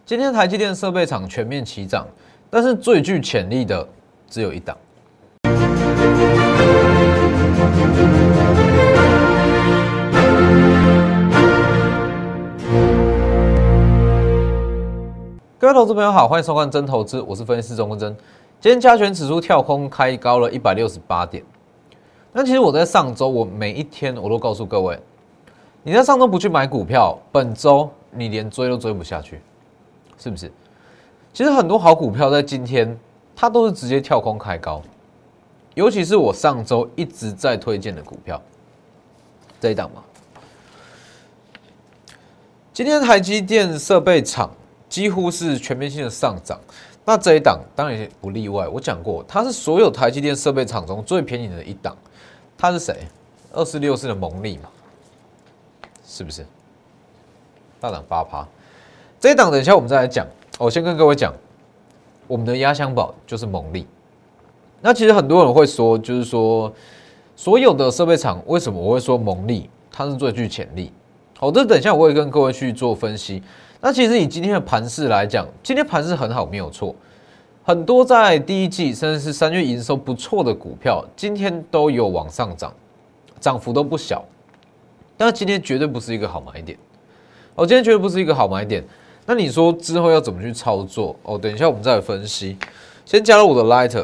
今天台积电设备厂全面齐涨，但是最具潜力的只有一档。各位投资朋友好，欢迎收看真投资，我是分析师钟文真。今天加权指数跳空开高了168点。那其实我在上周，我每一天我都告诉各位，你在上周不去买股票，本周你连追都追不下去，是不是？其实很多好股票在今天，它都是直接跳空开高，尤其是我上周一直在推荐的股票，这一档嘛。今天台积电设备厂几乎是全面性的上涨，那这一档当然也不例外。我讲过，它是所有台积电设备厂中最便宜的一档。它是谁？2464的蒙利嘛，是不是？大涨8%。这一档等一下我们再来讲。我先跟各位讲，我们的压箱宝就是蒙利。那其实很多人会说，就是说所有的设备厂为什么我会说蒙利它是最具潜力？好，这等一下我会跟各位去做分析。那其实以今天的盘势来讲，今天盘势很好，没有错。很多在第一季甚至是3月营收不错的股票，今天都有往上涨，涨幅都不小。但今天绝对不是一个好买点。今天绝对不是一个好买点。那你说之后要怎么去操作？等一下我们再来分析。先加入我的 Lighter，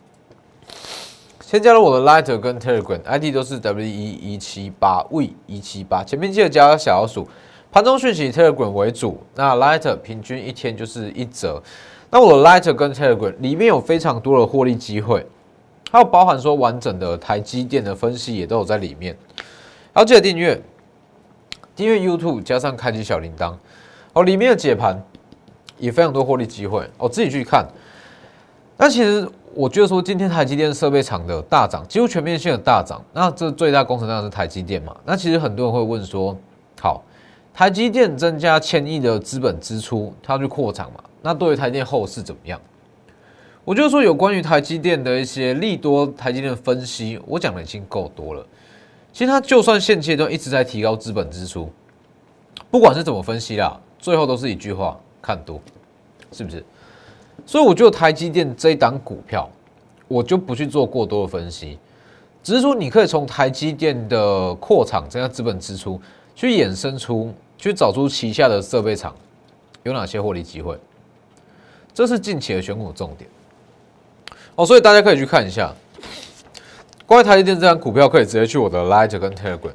跟 Telegram，ID 都是 W1178W178，前面记得加小老鼠。盘中讯息 Telegram 为主，那 Lighter 平均一天就是1则。那我的 Lighter 跟 Telegram 里面有非常多的获利机会，还有包含说完整的台积电的分析也都有在里面。还要记得订阅 YouTube 加上开启小铃铛。里面的解盘也非常多获利机会，自己去看。那其实我觉得说今天台积电设备厂的大涨，几乎全面性的大涨，那这最大功臣当然是台积电嘛。那其实很多人会问说，好，台积电增加1000亿的资本支出，它要去扩厂嘛？那对于台积电后市怎么样？我就说有关于台积电的一些利多，台积电的分析，我讲的已经够多了。其实它就算现阶段一直在提高资本支出，不管是怎么分析啦，最后都是一句话：看多，是不是？所以我觉得台积电这一档股票，我就不去做过多的分析，只是说你可以从台积电的扩厂增加资本支出，去衍生出，去找出旗下的设备厂有哪些获利机会，这是近期的选股重点。所以大家可以去看一下，关于台积电这档股票，可以直接去我的 Lighter 跟 Telegram。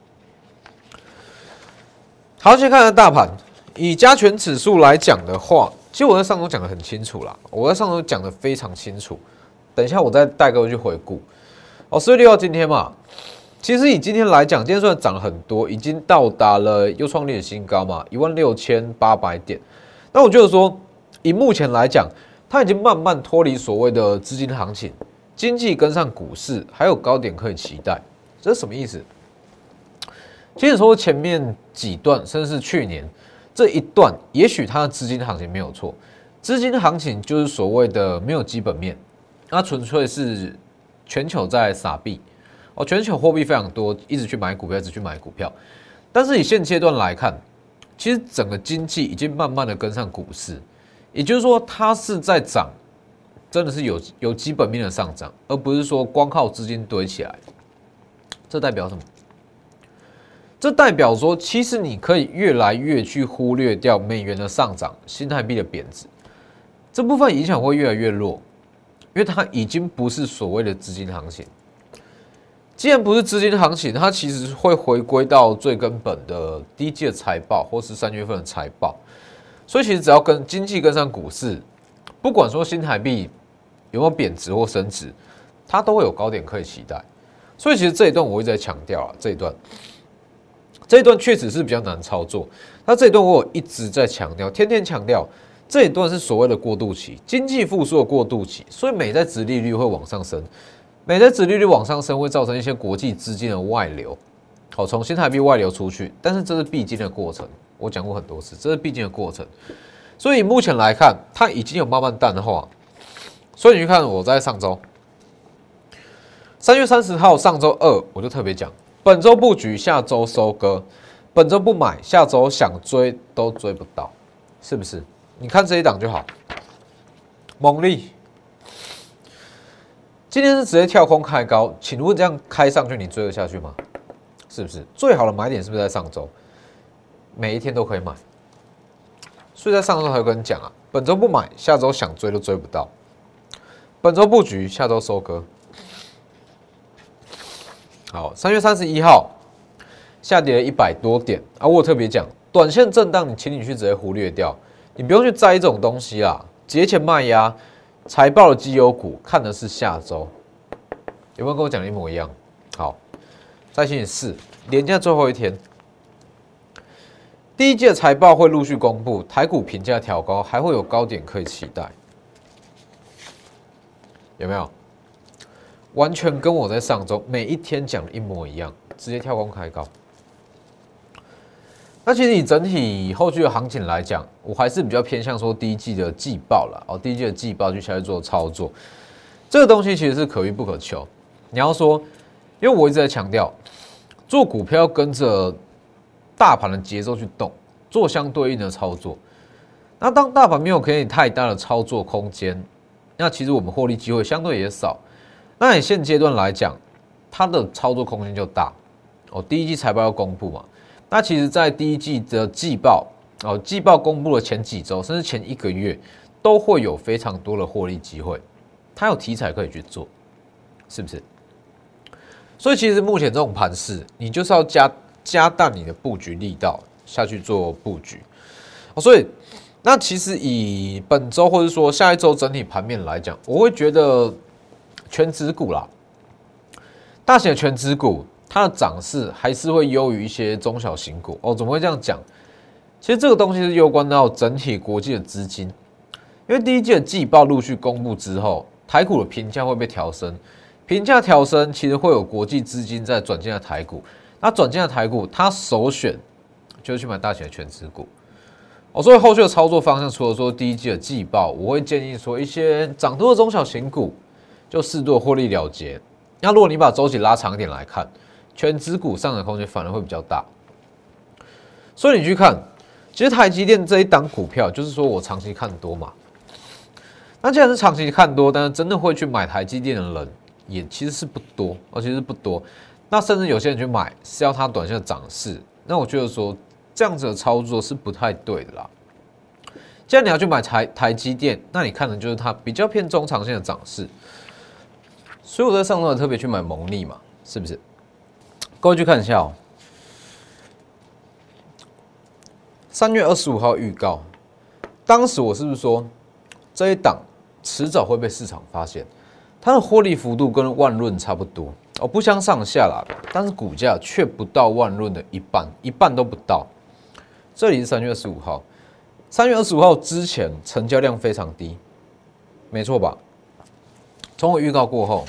好，先看看大盘。以加权指数来讲的话，其实我在上周讲的很清楚啦，我在上周讲的非常清楚。等一下我再带各位去回顾。4月6号今天嘛，其实以今天来讲，今天虽然涨很多，已经到达了又创历史新高嘛，16800点。那我觉得说，以目前来讲，它已经慢慢脱离所谓的资金行情，经济跟上股市，还有高点可以期待。这是什么意思？其实说前面几段，甚至是去年。这一段也许它的资金行情没有错，资金行情就是所谓的没有基本面，那纯粹是全球在撒币，全球货币非常多，一直去买股票，一直去买股票。但是以现阶段来看，其实整个经济已经慢慢的跟上股市，也就是说它是在涨，真的是有基本面的上涨，而不是说光靠资金堆起来。这代表什么？这代表说，其实你可以越来越去忽略掉美元的上涨、新台币的贬值，这部分影响会越来越弱，因为它已经不是所谓的资金行情。既然不是资金行情，它其实会回归到最根本的第一季的财报，或是3月份的财报。所以其实只要跟经济跟上股市，不管说新台币有没有贬值或升值，它都会有高点可以期待。所以其实这一段我一直在强调啊，这一段确实是比较难操作。那这一段我有一直在强调，天天强调，这一段是所谓的过渡期，经济复苏的过渡期，所以美债殖利率会往上升，美债殖利率往上升会造成一些国际资金的外流，从新台币外流出去，但是这是必经的过程，我讲过很多次，这是必经的过程。所以目前来看，它已经有慢慢淡化。所以你去看我在上周3月30号上周二我就特别讲。本周布局，下周收割。本周不买，下周想追都追不到，是不是？ 你看这一档就好。猛力今天是直接跳空开高，请问这样开上去你追得下去吗？是不是？最好的买点是不是在上周？每一天都可以买，所以在上周才跟你讲啊，本周不买，下周想追都追不到。本周布局，下周收割。好，3月31号下跌了100多点啊！我有特别讲，短线震荡，请你去直接忽略掉，你不用去在意这种东西啦。节前卖压、财报的绩优股，看的是下周，有没有跟我讲的一模一样？好，在星期四，连假最后一天。第一季的财报会陆续公布，台股评价调高，还会有高点可以期待，有没有？完全跟我在上周每一天讲的一模一样，直接跳空开高。那其实以整体后续的行情来讲，我还是比较偏向说第一季的季报啦，第一季的季报去下去做操作，这个东西其实是可遇不可求。你要说，因为我一直在强调，做股票要跟着大盘的节奏去动，做相对应的操作。那当大盘没有给你太大的操作空间，那其实我们获利机会相对也少。那你现阶段来讲，它的操作空间就大。第一季财报要公布嘛，那其实在第一季的季报，季报公布的前几周，甚至前1个月，都会有非常多的获利机会，它有题材可以去做，是不是？所以其实目前这种盘势，你就是要加大你的布局力道下去做布局。所以那其实以本周或者说下一周整体盘面来讲，我会觉得全指股啦，大型的全指股，它的涨势还是会优于一些中小型股。怎么会这样讲？其实这个东西是攸关到整体国际的资金，因为第一季的季报陆续公布之后，台股的评价会被调升，评价调升，其实会有国际资金在转进来台股，那转进来台股，它首选就是去买大型的全指股。所以后续的操作方向，除了说第一季的季报，我会建议说一些涨多的中小型股，就适度的获利了结。那如果你把周期拉长一点来看，全指股上涨空间反而会比较大。所以你去看，其实台积电这一档股票，就是说我长期看多嘛。那既然是长期看多，但是真的会去买台积电的人，也其实是不多，其实是不多。那甚至有些人去买是要它短线的涨势，那我觉得说这样子的操作是不太对的啦。既然你要去买台积电，那你看的就是它比较偏中长线的涨势。所以我在上周特别去买蒙利嘛，是不是？各位去看一下3月25号预告，当时我是不是说这一档迟早会被市场发现？它的获利幅度跟万润差不多，不相上下啦，但是股价却不到万润的一半，一半都不到。这里是3月25号，3月25号之前成交量非常低，没错吧？从我预告过后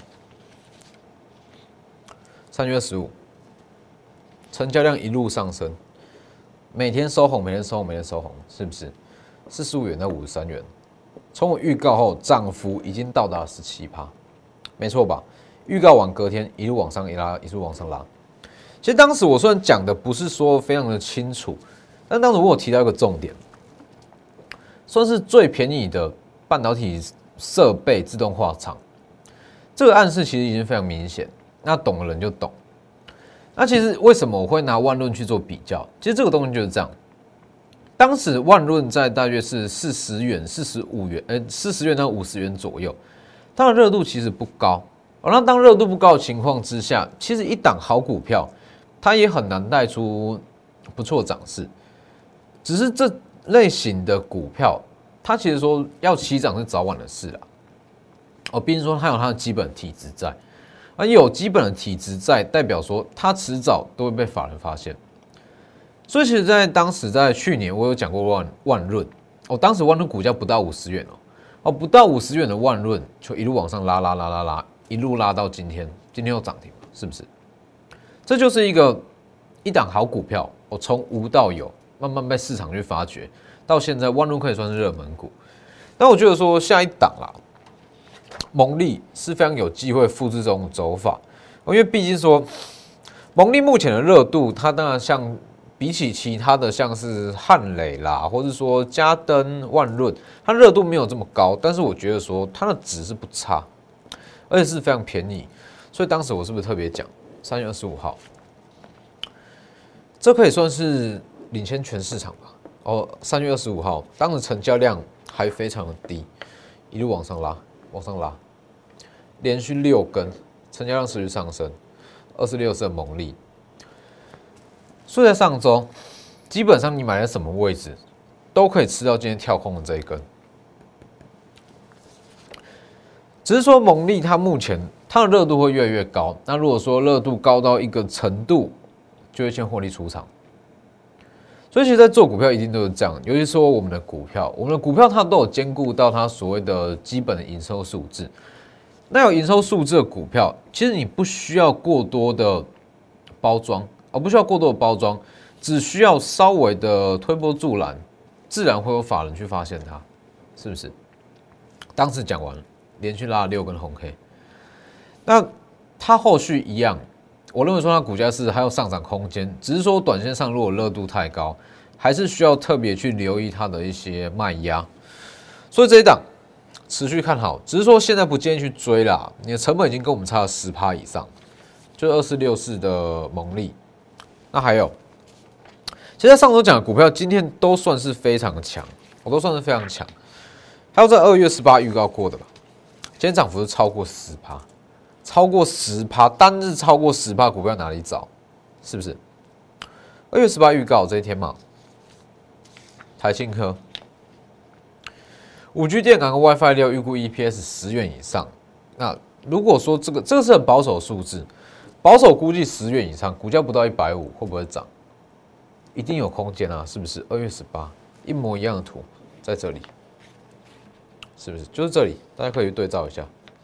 ，3月25，成交量一路上升，每天收红，每天收红，每天收红，是不是？45元到53元，从我预告后，涨幅已经到达17%，没错吧？预告完隔天一路往上一拉，一路往上拉。其实当时我虽然讲的不是说非常的清楚，但当时我有提到一个重点，算是最便宜的半导体设备自动化厂。这个暗示其实已经非常明显，那懂的人就懂。那其实为什么我会拿万润去做比较？其实这个东西就是这样。当时万润在大约是40元、45元，40元到50元左右，它的热度其实不高。那当热度不高的情况之下，其实一档好股票，它也很难带出不错涨势。只是这类型的股票，它其实说要起涨是早晚的事啦。毕竟说它有它的基本体质在，有基本的体质在，代表说它迟早都会被法人发现。所以其实在当时在去年我有讲过万润，当时万润股价不到50元不到50元的万润就一路往上拉，一路拉到今天又涨停，是不是？这就是一档好股票，从无到有，慢慢被市场去发掘，到现在万润可以算是热门股。但我觉得说下一档啦，蒙利是非常有机会复制这种走法，因为毕竟说蒙利目前的热度，它当然像比起其他的像是汉磊啦，或者说嘉登、万润，它热度没有这么高，但是我觉得说它的值是不差，而且是非常便宜，所以当时我是不是特别讲3月25号，这可以算是领先全市场吧？哦，3月25号，当时成交量还非常的低，一路往上拉，往上拉，连续6根，成交量持续上升，26是很猛力。所以在上周，基本上你买在什么位置，都可以吃到今天跳空的这一根。只是说蒙利它目前它的热度会越来越高，那如果说热度高到一个程度，就会先获利出场。所以其实，在做股票一定都是这样，尤其说我们的股票它都有兼顾到它所谓的基本的营收数字。那有营收数字的股票，其实你不需要过多的包装。不需要过多的包装，只需要稍微的推波助澜，自然会有法人去发现它，是不是？当时讲完了，连续拉了6根红 K， 那它后续一样，我认为说它股价是还有上涨空间，只是说短线上如果热度太高，还是需要特别去留意它的一些卖压，所以这一档持续看好，只是说现在不建议去追啦，你的成本已经跟我们差了10%以上，就是2464的蒙利。那还有，其实上周讲的股票，今天都算是非常强，我都算是非常强。还有在2月18预告过的吧，今天涨幅是超过10%，超过10%，单日超过10%股票哪里找？是不是？2月18预告这一天嘛，台庆科5G 电感跟 WiFi 6预估 EPS 10元以上。那如果说这个是很保守的数字。保守估计10元以上，股价不到150，会不会涨？一定有空间啊，是不是？2月18，一模一样的图在这里，是不是？就是这里，大家可以对照一下，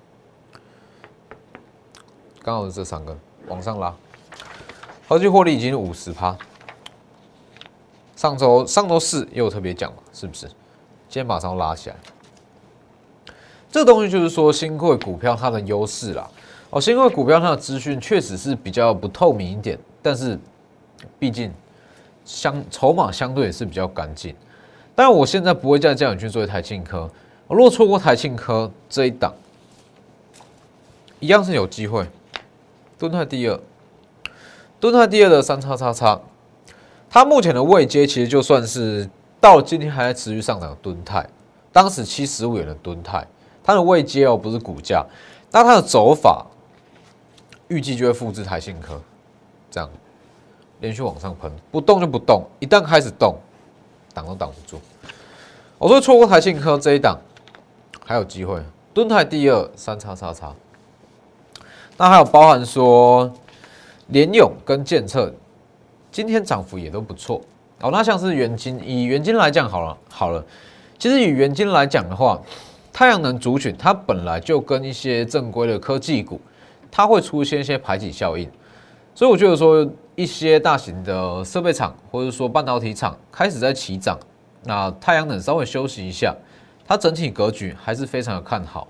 刚好是这3根往上拉，合计获利已经50%。上周4也有特别讲嘛，是不是？今天马上拉起来，这个东西就是说新贵股票它的优势啦。新贵股票它的资讯确实是比较不透明一点，但是毕竟筹码相对也是比较干净。当然，我现在不会再叫你去做台庆科。如果错过台庆科这一档，一样是有机会。敦泰第二的3XXX，它目前的位阶其实就算是到了今天还在持续上涨的敦泰，当时75元的敦泰，它的位阶不是股价，那它的走法。预计就会复制台庆科，这样连续往上喷，不动就不动，一旦开始动，挡都挡不住。所以错过台庆科这一档还有机会。敦泰第二3XXX，那还有包含说联咏跟建策，今天涨幅也都不错。那像是元晶，以元晶来讲好了，其实以元晶来讲的话，太阳能族群它本来就跟一些正规的科技股。它会出现一些排挤效应，所以我觉得说一些大型的设备厂或者说半导体厂开始在起涨，那太阳能稍微休息一下，它整体格局还是非常的看好。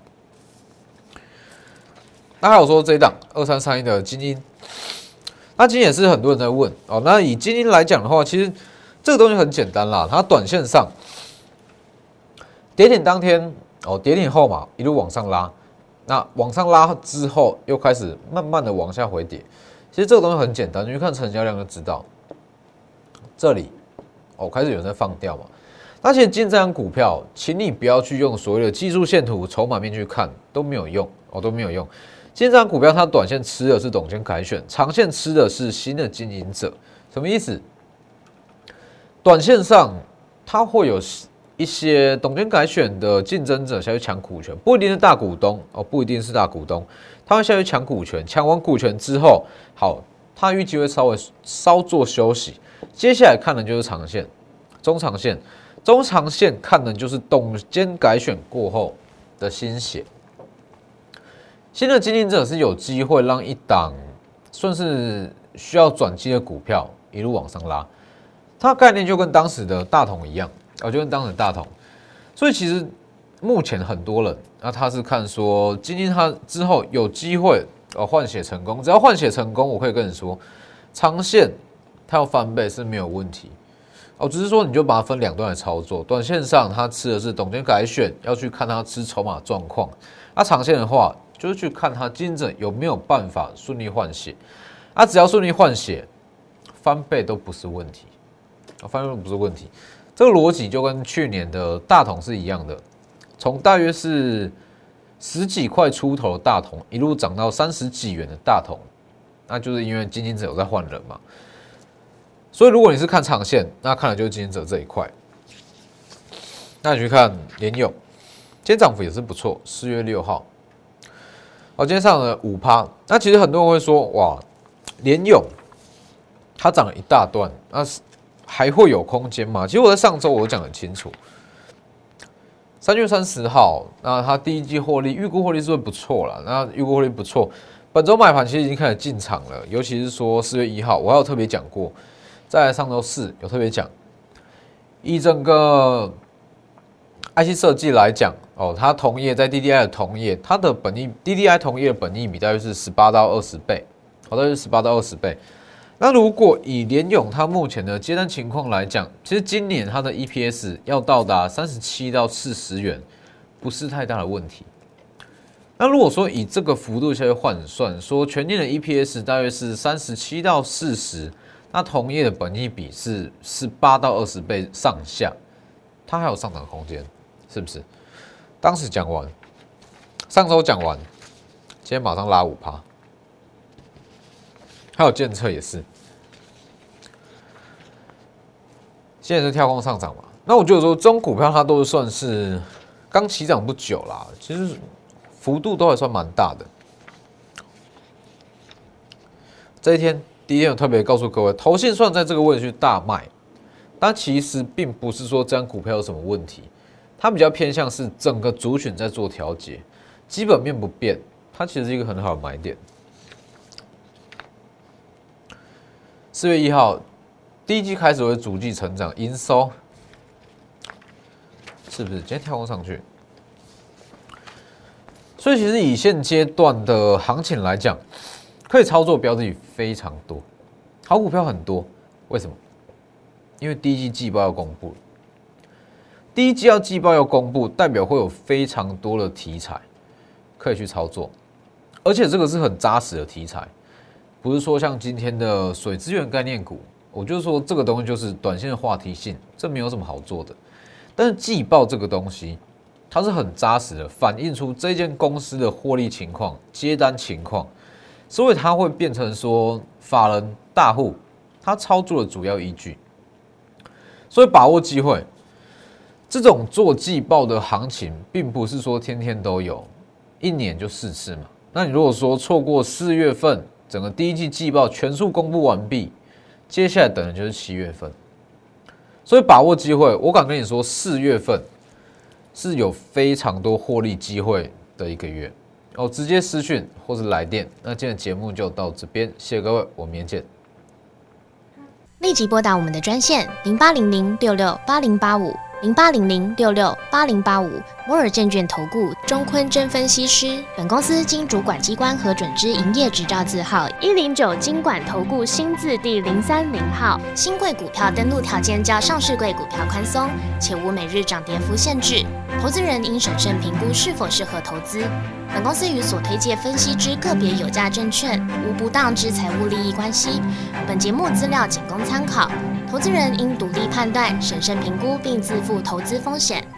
那还有说这一档2331的精英，那今天也是很多人在问那以精英来讲的话，其实这个东西很简单啦，它短线上跌停当天跌停后嘛，一路往上拉。那往上拉之后，又开始慢慢的往下回跌。其实这个东西很简单，你去看成交量就知道。这里开始有人在放掉嘛。那其实今天这张股票，请你不要去用所谓的技术线图、筹码面去看，都没有用都没有用。今天这张股票，它短线吃的是董监改选，长线吃的是新的经营者。什么意思？短线上它会有一些董监改选的竞争者下去抢股权，不一定是大股东不一定是大股东，他会下去抢股权，抢完股权之后，好，他预计会稍作休息，接下来看的就是长线、中长线，中长线看的就是董监改选过后的新血，新的经营者是有机会让一档算是需要转机的股票一路往上拉，它的概念就跟当时的大同一样。就跟当时的大同，所以其实目前很多人他是看说今天他之后有机会换血成功，只要换血成功，我可以跟你说，长线它要翻倍是没有问题哦，只是说你就把它分两段来操作。短线上它吃的是董监改选，要去看它吃筹码状况；长线的话，就是去看它经整有没有办法顺利换血。只要顺利换血，翻倍都不是问题，翻倍都不是问题。这个逻辑就跟去年的大同是一样的，从大约是10几块出头的大同，一路涨到30几元的大同，那就是因为经营者有在换人嘛。所以如果你是看长线，那看的就是经营者这一块。那你去看联咏，今天涨幅也是不错，4月6号，今天上了5%。那其实很多人会说，哇，联咏它涨了一大段，那还会有空间吗？其实我在上周我讲得很清楚，3月30号，那它第一季获利预估获利是会不错啦，那预估获利不错，本周买盘其实已经开始进场了，尤其是说4月1号，我还有特别讲过，在上周四有特别讲，以整个 IC 设计来讲，它同业在 DDI 的同业，它的DDI 同业的本益比大约是18到20倍，大约是18到20倍。那如果以联咏它目前的接单情况来讲，其实今年它的 EPS 要到达37到40元，不是太大的问题。那如果说以这个幅度下去换算，说全年的 EPS 大约是37到40，那同业的本益比是18到20倍上下，它还有上涨空间，是不是？当时讲完，上周讲完，今天马上拉5%。还有建策也是，现在是跳空上涨嘛？那我觉得说，这种股票它都算是刚起涨不久啦，其实幅度都还算蛮大的。这一天，第一天有特别告诉各位，投信算在这个位置去大卖，但其实并不是说这张股票有什么问题，它比较偏向是整个族群在做调节，基本面不变，它其实是一个很好的买点。4月1号，第一季开始会逐季成长，营收是不是？今天跳空上去，所以其实以现阶段的行情来讲，可以操作标的非常多，好股票很多。为什么？因为第一季季报要公布了，第一季季报要公布，代表会有非常多的题材可以去操作，而且这个是很扎实的题材。不是说像今天的水资源概念股，我就是说这个东西就是短线的话题性，这没有什么好做的。但是季报这个东西，它是很扎实的，反映出这间公司的获利情况、接单情况，所以它会变成说法人大户他操作的主要依据。所以把握机会，这种做季报的行情，并不是说天天都有，一年就4次嘛。那你如果说错过4月份，整个第一季季报全数公布完毕，接下来等的就是7月份，所以把握机会，我敢跟你说，4月份是有非常多获利机会的一个月直接私讯或是来电。那今天的节目就到这边，谢谢各位，我们明天见。 立即拨打我们的专线08006680850800668085摩尔证券投顾钟坤真分析师。本公司经主管机关核准之营业执照字号109金管投顾新字第030号。新贵股票登录条件较上市贵股票宽松，且无每日涨跌幅限制。投资人应审慎评估是否适合投资。本公司与所推介分析之个别有价证券无不当之财务利益关系。本节目资料仅供参考，投资人应独立判断、审慎评估并自负投资风险。